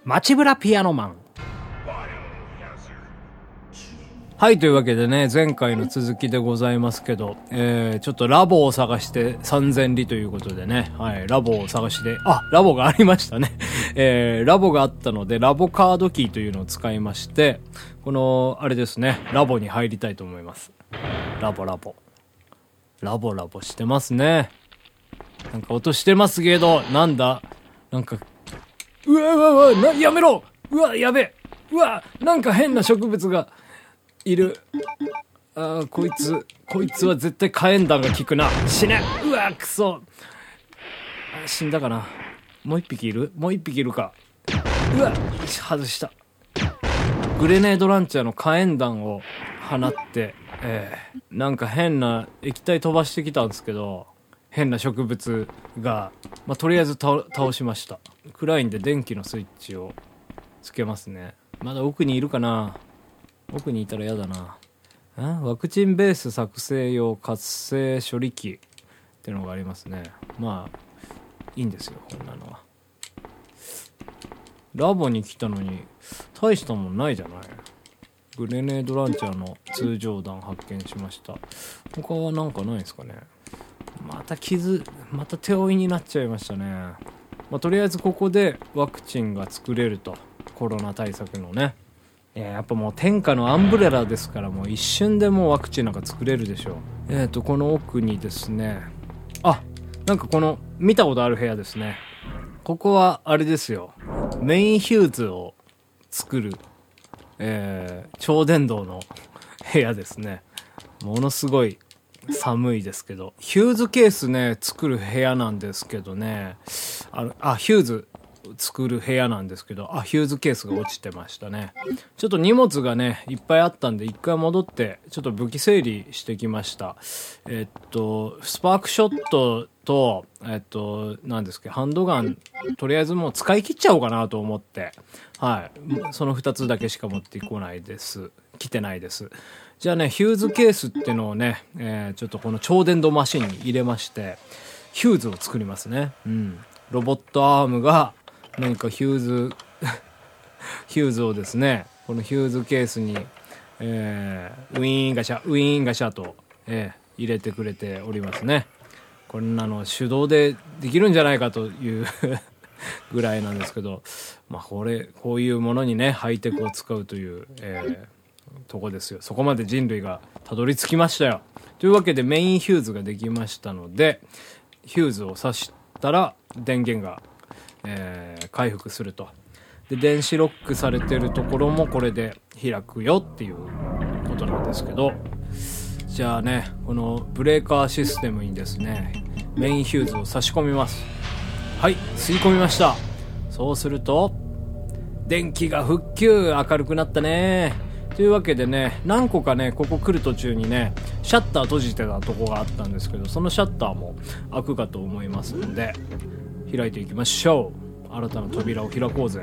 街ブラピアノマン。はい、というわけでね、前回の続きでございますけど、ちょっとラボを探して3000里ということでね、はい、ラボを探して、ラボがありましたね。ラボがあったので、ラボカードキーというのを使いまして、この、あれですね、ラボに入りたいと思います。ラボしてますね。なんか音してますけど、なんだなんか、やめろやべなんか変な植物がいる。こいつは絶対火炎弾が効くな。死ね。くそ。死んだかな。もう一匹いるか。外した。グレネードランチャーの火炎弾を放って、なんか変な液体飛ばしてきたんですけど、変な植物が、とりあえず倒しました。暗いんで電気のスイッチをつけますね。まだ奥にいるかな。奥にいたら嫌だな。ワクチンベース作成用活性処理器ってのがありますね。いいんですよ、こんなのは。ラボに来たのに大したもんないじゃない。グレネードランチャーの通常弾発見しました。他はなんかないですかね。また手負いになっちゃいましたね。とりあえずここでワクチンが作れると。コロナ対策のね。やっぱもう天下のアンブレラですから、もう一瞬でもうワクチンなんか作れるでしょう。この奥にですね、なんかこの見たことある部屋ですね。ここはあれですよ、メインヒューズを作る、超電導の部屋ですね。ものすごい寒いですけど、ヒューズケースね作る部屋なんですけどね、ヒューズ作る部屋なんですけど、ヒューズケースが落ちてましたね。ちょっと荷物がねいっぱいあったんで、一回戻ってちょっと武器整理してきました。スパークショットと何ですか、ハンドガン、とりあえずもう使い切っちゃおうかなと思って、その2つだけしか持ってきてないです。じゃあね、ヒューズケースってのをね、ちょっとこの超電導マシンに入れまして、ヒューズを作りますね。ロボットアームが何かヒューズをですね、このヒューズケースに、ウィーンガシャと、入れてくれておりますね。こんなの手動でできるんじゃないかというぐらいなんですけど、こういうものにねハイテクを使うという、とこですよ。そこまで人類がたどり着きましたよ。というわけでメインヒューズができましたので、ヒューズを挿したら電源が回復すると。で、電子ロックされてるところもこれで開くよっていうことなんですけど、じゃあね、このブレーカーシステムにですね、メインヒューズを差し込みます。はい、吸い込みました。そうすると電気が復旧、明るくなったね。というわけでね、何個かねここ来る途中にねシャッター閉じてたとこがあったんですけど、そのシャッターも開くかと思いますので開いていきましょう。新たな扉を開こうぜ。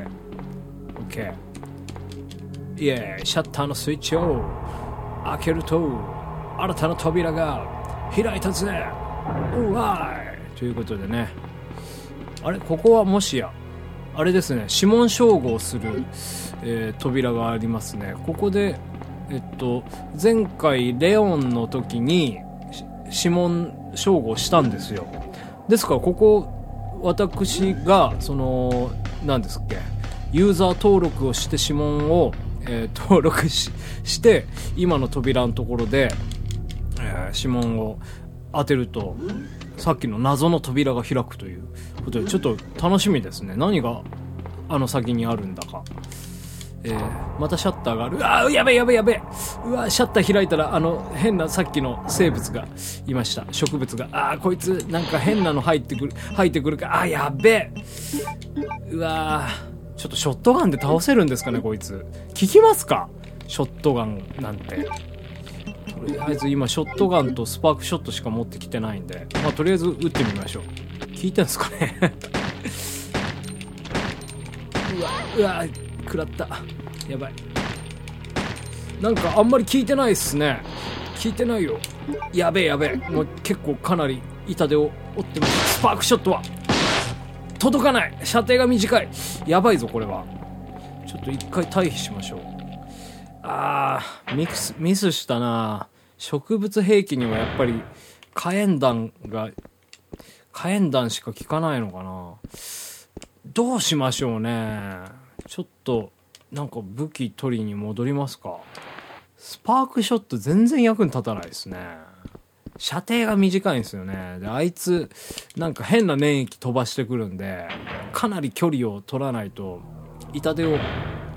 OK、 イエーイ。シャッターのスイッチを開けると新たな扉が開いたぜ。うわーい。ということでね、ここはもしやあれですね、指紋照合する、扉がありますね。ここで前回レオンの時に指紋照合したんですよ。ですからここ私が何ですっけ、ユーザー登録をして指紋を、登録して今の扉のところで、指紋を当てるとさっきの謎の扉が開くということで、ちょっと楽しみですね。何が先にあるんだか。またシャッターがある。やべえ。うわ、シャッター開いたら変なさっきの生物がいました。植物が。こいつなんか変なの入ってくるか。やべえ。うわ、ちょっとショットガンで倒せるんですかね、こいつ。効きますか、ショットガンなんて。とりあえず今ショットガンとスパークショットしか持ってきてないんで、とりあえず撃ってみましょう。効いてんすかねうわ食らった。やばい。なんかあんまり効いてないっすね。効いてないよ。やべえ。もう結構かなり痛手を負ってます。スパークショットは届かない。射程が短い。やばいぞこれは。 ちょっと一回退避しましょう。ミスしたな。植物兵器にはやっぱり火炎弾しか効かないのかな。どうしましょうね。ちょっとなんか武器取りに戻りますか。スパークショット全然役に立たないですね。射程が短いんですよね。であいつなんか変な粘液飛ばしてくるんで、かなり距離を取らないと痛手を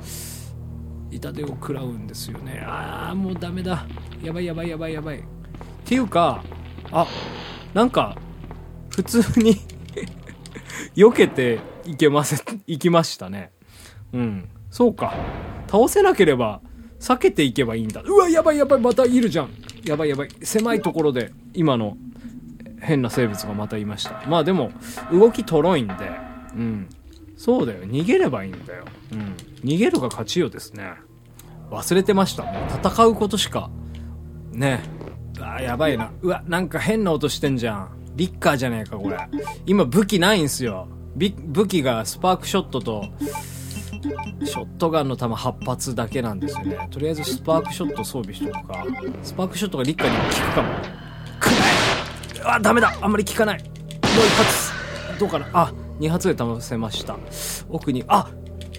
食らうんですよね。もうダメだ。やばいっていうか、なんか普通に避けていきましたね。そうか、倒せなければ避けていけばいいんだ。うわ、やばいまたいるじゃん。やばい狭いところで今の変な生物がまたいました。まあでも動きとろいんで、そうだよ、逃げればいいんだよ。逃げるが勝ちよですね。忘れてました。もう戦うことしかね。やばいな。うわ、なんか変な音してんじゃん。リッカーじゃねえかこれ。今武器ないんすよ。武器がスパークショットとショットガンの弾8発だけなんですよね。とりあえずスパークショット装備しとくか。スパークショットがリッカーにも効くかも。ダメだ、あんまり効かない。もう1発どうかな。2発で倒せました。奥にうわ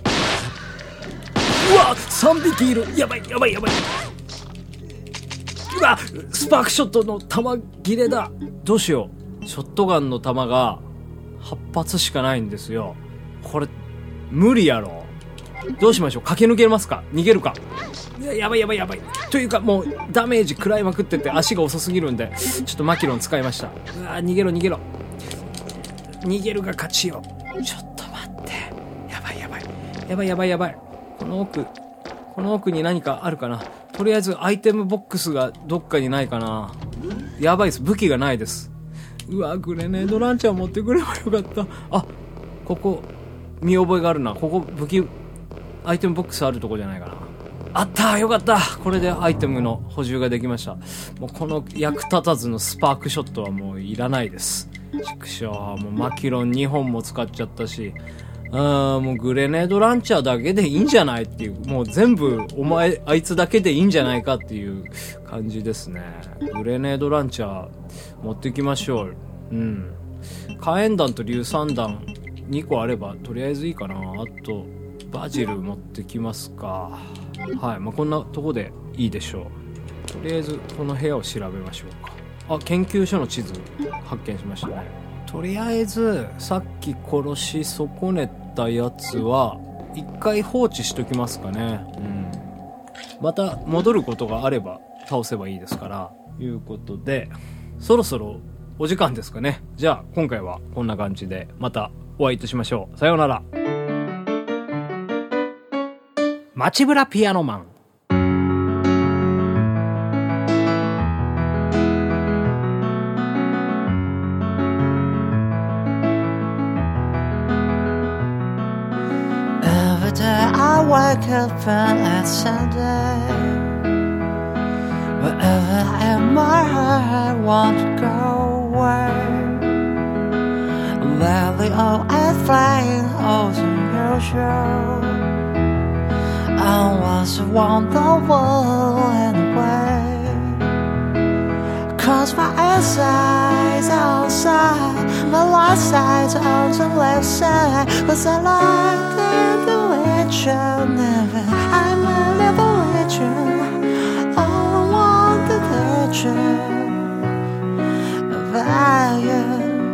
3匹いる。やばい。うわ、スパークショットの弾切れだ。どうしよう。ショットガンの弾が8発しかないんですよ。これ無理やろ。どうしましょう。駆け抜けますか、逃げるか。やばいというか、もうダメージ食らいまくってて足が遅すぎるんで、ちょっとマキロン使いました。逃げろ。逃げるが勝ちよ。ちょっと待って。やばい。この奥に何かあるかな。とりあえずアイテムボックスがどっかにないかな。やばいです。武器がないです。グレネードランチャー持ってくればよかった。ここ見覚えがあるな。ここ武器アイテムボックスあるとこじゃないかな。あった、よかった。これでアイテムの補充ができました。もうこの役立たずのスパークショットはもういらないです。畜生、もうマキロン2本も使っちゃったし、もうグレネードランチャーだけでいいんじゃないっていう、もう全部あいつだけでいいんじゃないかっていう感じですね。グレネードランチャー持ってきましょう。火炎弾と硫酸弾2個あればとりあえずいいかな。あとバジル持ってきますか。はい、こんなとこでいいでしょう。とりあえずこの部屋を調べましょうか。研究所の地図発見しましたね。とりあえずさっき殺し損ねたやつは一回放置しときますかね。また戻ることがあれば倒せばいいですからいうことで、そろそろお時間ですかね。じゃあ今回はこんな感じでまたお会いいたしましょう。さようなら。街ブラピアノマン。 Every day I wake up and it's Sunday. Wherever in my heart I want to go away. Lately all I'm flying over your show. I was the one the world anyway. Cause my eyes outside, my light side's on the left side. Cause I like the religion, never I'm a little religion. All I want the religion about you.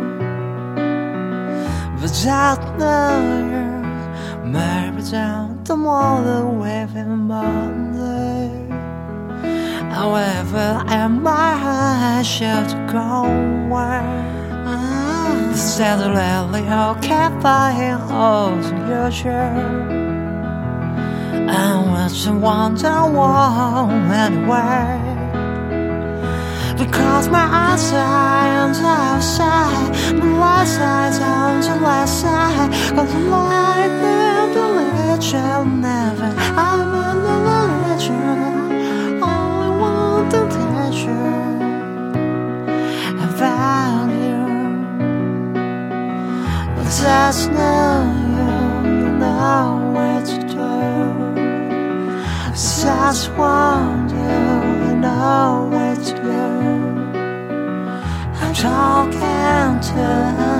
Without knowing, maybe down tomorrow waving Monday. However, am I sure to go where? Steadily, I'll keep buying all your shirt. And what you want, I want anyway. Because my eyes are on the outside, my light side's on the left side. Cause the light and the religion, never I'm in the religion. Only want the treasure about you. But that's no you, you know. know what to do. I just want you know what to do. I'm talking to